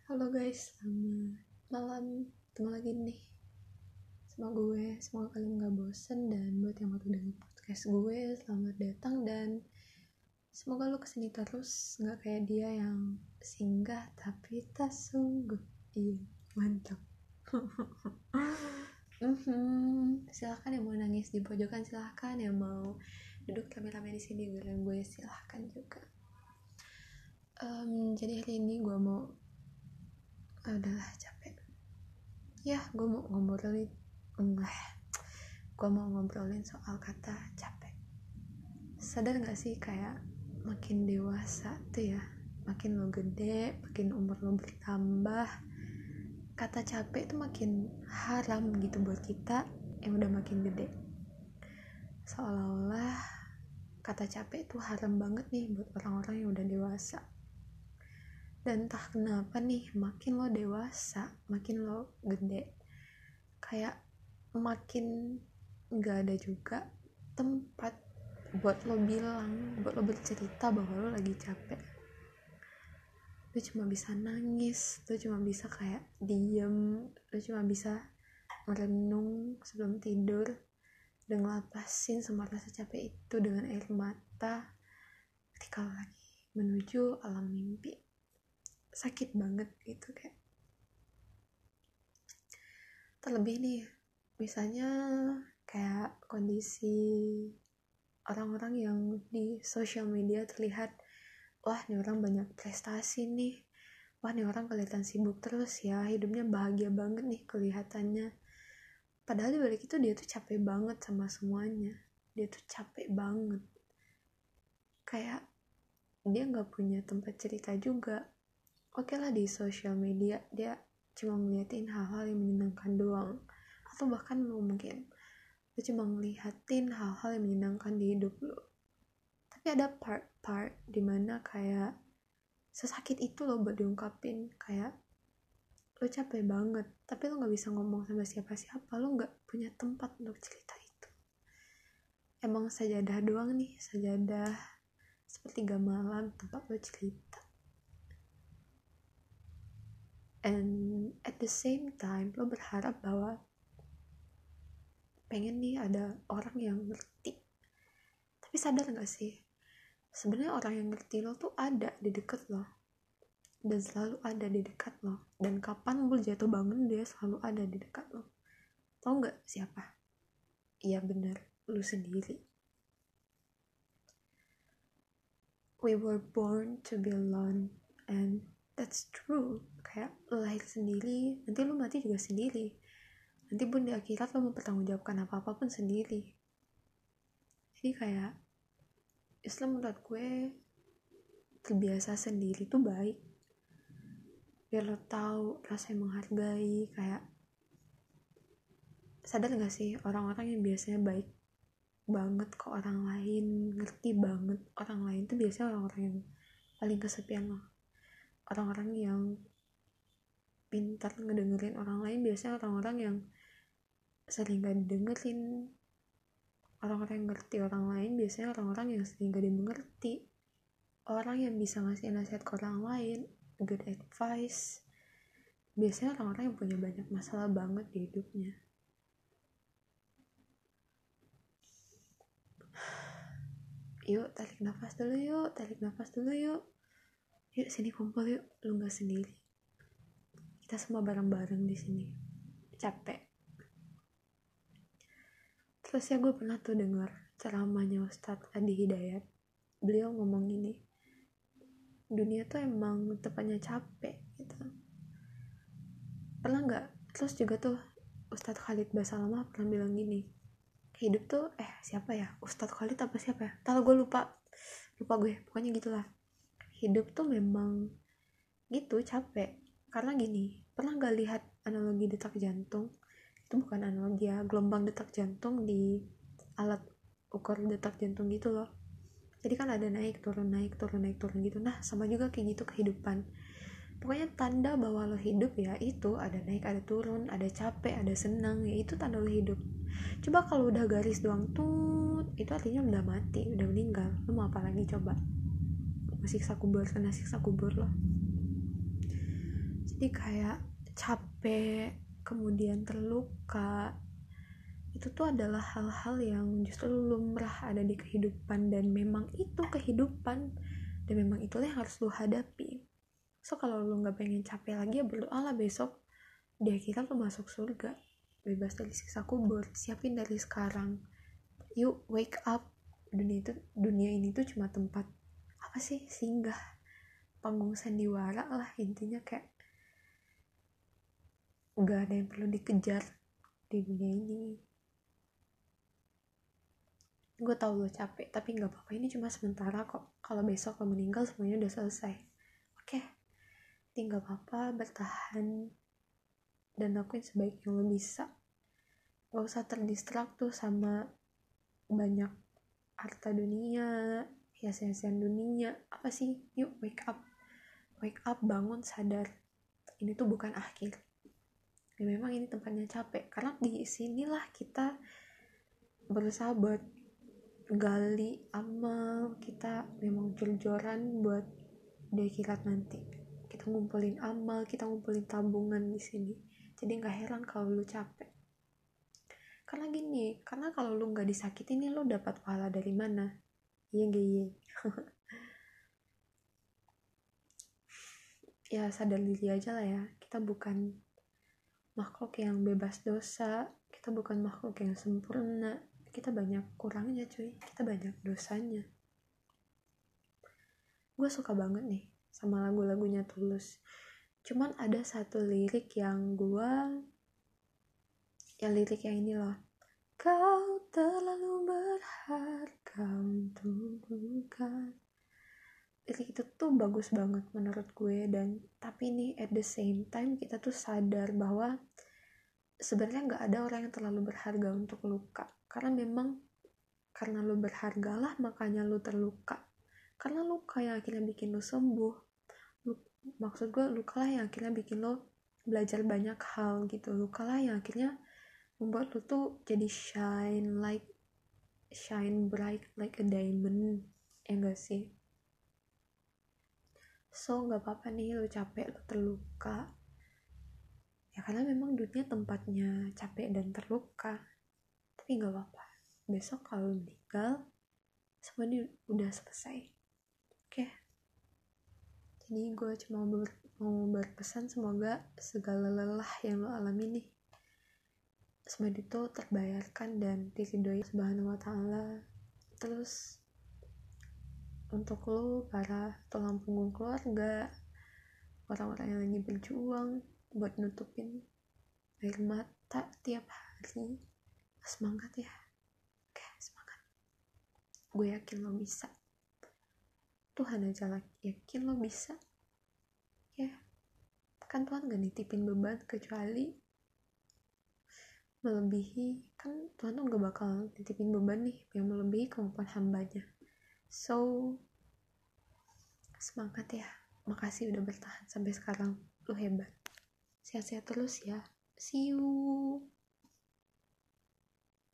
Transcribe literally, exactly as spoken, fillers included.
Halo guys, selamat malam. Ketemu lagi nih sama gue. Semoga kalian gak bosen. Dan buat yang baru denger podcast gue, selamat datang. Dan semoga lo kesini terus, gak kayak dia yang singgah tapi tak sungguh. Iya, mantap. mm-hmm. Silahkan yang mau nangis di pojokan, silahkan. Yang mau duduk rame-rame di sini bareng gue, silahkan juga. um, Jadi hari ini gue mau ah, udahlah capek ya gue mau ngobrolin enggak gue mau ngobrolin soal kata capek. Sadar gak sih kayak makin dewasa tuh ya, makin lo gede, makin umur lo bertambah, kata capek tuh makin haram gitu buat kita yang udah makin gede. Seolah-olah kata capek tuh haram banget nih buat orang-orang yang udah dewasa. Dan entah kenapa nih, makin lo dewasa, makin lo gede, kayak makin gak ada juga tempat buat lo bilang, buat lo bercerita bahwa lo lagi capek. Lo cuma bisa nangis, lo cuma bisa kayak diem, lo cuma bisa merenung sebelum tidur dan ngelapasin semua rasa capek itu dengan air mata ketika lo lagi menuju alam mimpi. Sakit banget gitu kayak. Terlebih nih, misalnya kayak kondisi orang-orang yang di sosial media terlihat, wah nih orang banyak prestasi nih, wah nih orang kelihatan sibuk terus ya, hidupnya bahagia banget nih kelihatannya. Padahal dibalik itu dia tuh capek banget sama semuanya, dia tuh capek banget. Kayak dia gak punya tempat cerita juga. Oke lah, di sosial media dia cuma ngeliatin hal-hal yang menyenangkan doang, atau bahkan lo mungkin lo cuma ngeliatin hal-hal yang menyenangkan di hidup lo. Tapi ada part-part dimana kayak sesakit itu lo buat diungkapin, kayak lo capek banget tapi lo gak bisa ngomong sama siapa-siapa, lo gak punya tempat untuk cerita itu. Emang sajadah doang nih, sajadah sepertiga malam tempat lo cerita. And at the same time lo berharap bahwa pengen nih ada orang yang ngerti. Tapi sadar gak sih, sebenarnya orang yang ngerti lo tuh ada di dekat lo, dan selalu ada di dekat lo. Dan kapan lo jatuh bangun, dia selalu ada di dekat lo. Tau gak siapa? Iya bener, lo sendiri. We were born to be alone, and that's true. Kayak lo lahir sendiri, nanti lo mati juga sendiri. Nanti pun di akhirat lo mempertanggungjawabkan apa-apa pun sendiri. Jadi kayak Islam menurut gue terbiasa sendiri tuh baik, biar lo tahu rasanya menghargai. Kayak sadar gak sih, orang-orang yang biasanya baik banget ke orang lain, ngerti banget orang lain tuh biasanya orang-orang yang paling kesepian loh. Orang-orang yang pintar ngedengerin orang lain biasanya orang-orang yang sering gak didengerin. Orang-orang yang ngerti orang lain biasanya orang-orang yang sering gak dimengerti. Orang yang bisa ngasih nasihat ke orang lain, good advice, biasanya orang-orang yang punya banyak masalah banget di hidupnya. Yuk tarik nafas dulu yuk, tarik nafas dulu yuk. Yuk sini kumpul yuk, lu gak sendiri. Kita semua bareng-bareng di sini. Capek. Terus ya gue pernah tuh dengar ceramahnya Ustadz Adi Hidayat. Beliau ngomong gini, dunia tuh emang tepatnya capek gitu. Pernah gak? Terus juga tuh Ustadz Khalid Basalamah pernah bilang gini, hidup tuh eh siapa ya? Ustadz Khalid apa siapa ya? Tahu gue lupa. Lupa gue, pokoknya gitulah. Hidup tuh memang gitu, capek. Karena gini, pernah gak lihat analogi detak jantung? Itu bukan analogi ya, gelombang detak jantung di alat ukur detak jantung gitu loh. Jadi kan ada naik turun naik turun naik turun gitu. Nah sama juga kayak gitu kehidupan. Pokoknya tanda bahwa lo hidup ya itu ada naik ada turun, ada capek ada senang, ya itu tanda lo hidup. Coba kalau udah garis doang tuh, itu artinya udah mati, udah meninggal. Lo mau apa lagi coba? Siksa kubur, kena siksa kubur lo. Jadi kayak capek, kemudian terluka, itu tuh adalah hal-hal yang justru lumrah ada di kehidupan, dan memang itu kehidupan, dan memang itulah yang harus lu hadapi. So kalau lu gak pengen capek lagi, ya berdoalah besok di akhirat lu masuk surga, bebas dari siksa kubur. Siapin dari sekarang, yuk wake up. Dunia itu dunia ini tuh cuma tempat apa sih, singgah, panggung sandiwara lah intinya. Kayak gak ada yang perlu dikejar di dunia ini. Gue tau lo capek, tapi gak apa-apa, ini cuma sementara kok. Kalau besok lo meninggal semuanya udah selesai. Oke, jadi gak apa-apa, bertahan dan lakuin sebaik yang lo bisa. Gak usah terdistrak tuh sama banyak harta dunia, hias-hiasan dunia. Apa sih? Yuk wake up, wake up, bangun, sadar. Ini tuh bukan akhir. Ya memang ini tempatnya capek, karena di sinilah kita berusaha buat gali amal kita, memang jor-joran buat di akhirat nanti. Kita ngumpulin amal, kita ngumpulin tabungan di sini. Jadi nggak heran kalau lu capek. Karena gini, karena kalau lu nggak disakitin, lu dapat pahala dari mana? Iya gak iya? Ya sadar diri aja lah ya. Kita bukan makhluk yang bebas dosa, kita bukan makhluk yang sempurna, kita banyak kurangnya cuy, kita banyak dosanya. Gue suka banget nih sama lagu-lagunya Tulus, cuman ada satu lirik yang gue, ya lirik yang ini loh, kau terlalu berharga untuk bukan. Lirik itu tuh bagus banget menurut gue, dan tapi nih at the same time kita tuh sadar bahwa sebenarnya nggak ada orang yang terlalu berharga untuk luka, karena memang karena lu berharga lah makanya lu terluka, karena luka yang akhirnya bikin lu sembuh. Lu, maksud gue luka lah yang akhirnya bikin lu belajar banyak hal gitu, luka lah yang akhirnya membuat lu tuh jadi shine like shine bright like a diamond, ya enggak sih? So nggak apa-apa nih lu capek, lu terluka, ya karena memang dunia tempatnya capek dan terluka, tapi nggak apa-apa. Besok kalau meninggal semuanya udah selesai. Oke, jadi gue cuma ber, mau berpesan semoga segala lelah yang lo alami nih semua itu terbayarkan dan diridhoi Subhanahu wa ta'ala. Terus untuk lo para tulang punggung keluarga, orang-orang yang lagi berjuang buat nutupin air mata tiap hari, semangat ya. Oke, semangat. Gue yakin lo bisa. Tuhan aja lah yakin lo bisa. Ya, kan Tuhan gak nitipin beban kecuali melebihi. Kan Tuhan tuh gak bakal nitipin beban nih yang melebihi kemampuan hambanya. So, semangat ya. Makasih udah bertahan sampai sekarang. Lo hebat. Sehat-sehat terus ya. See you.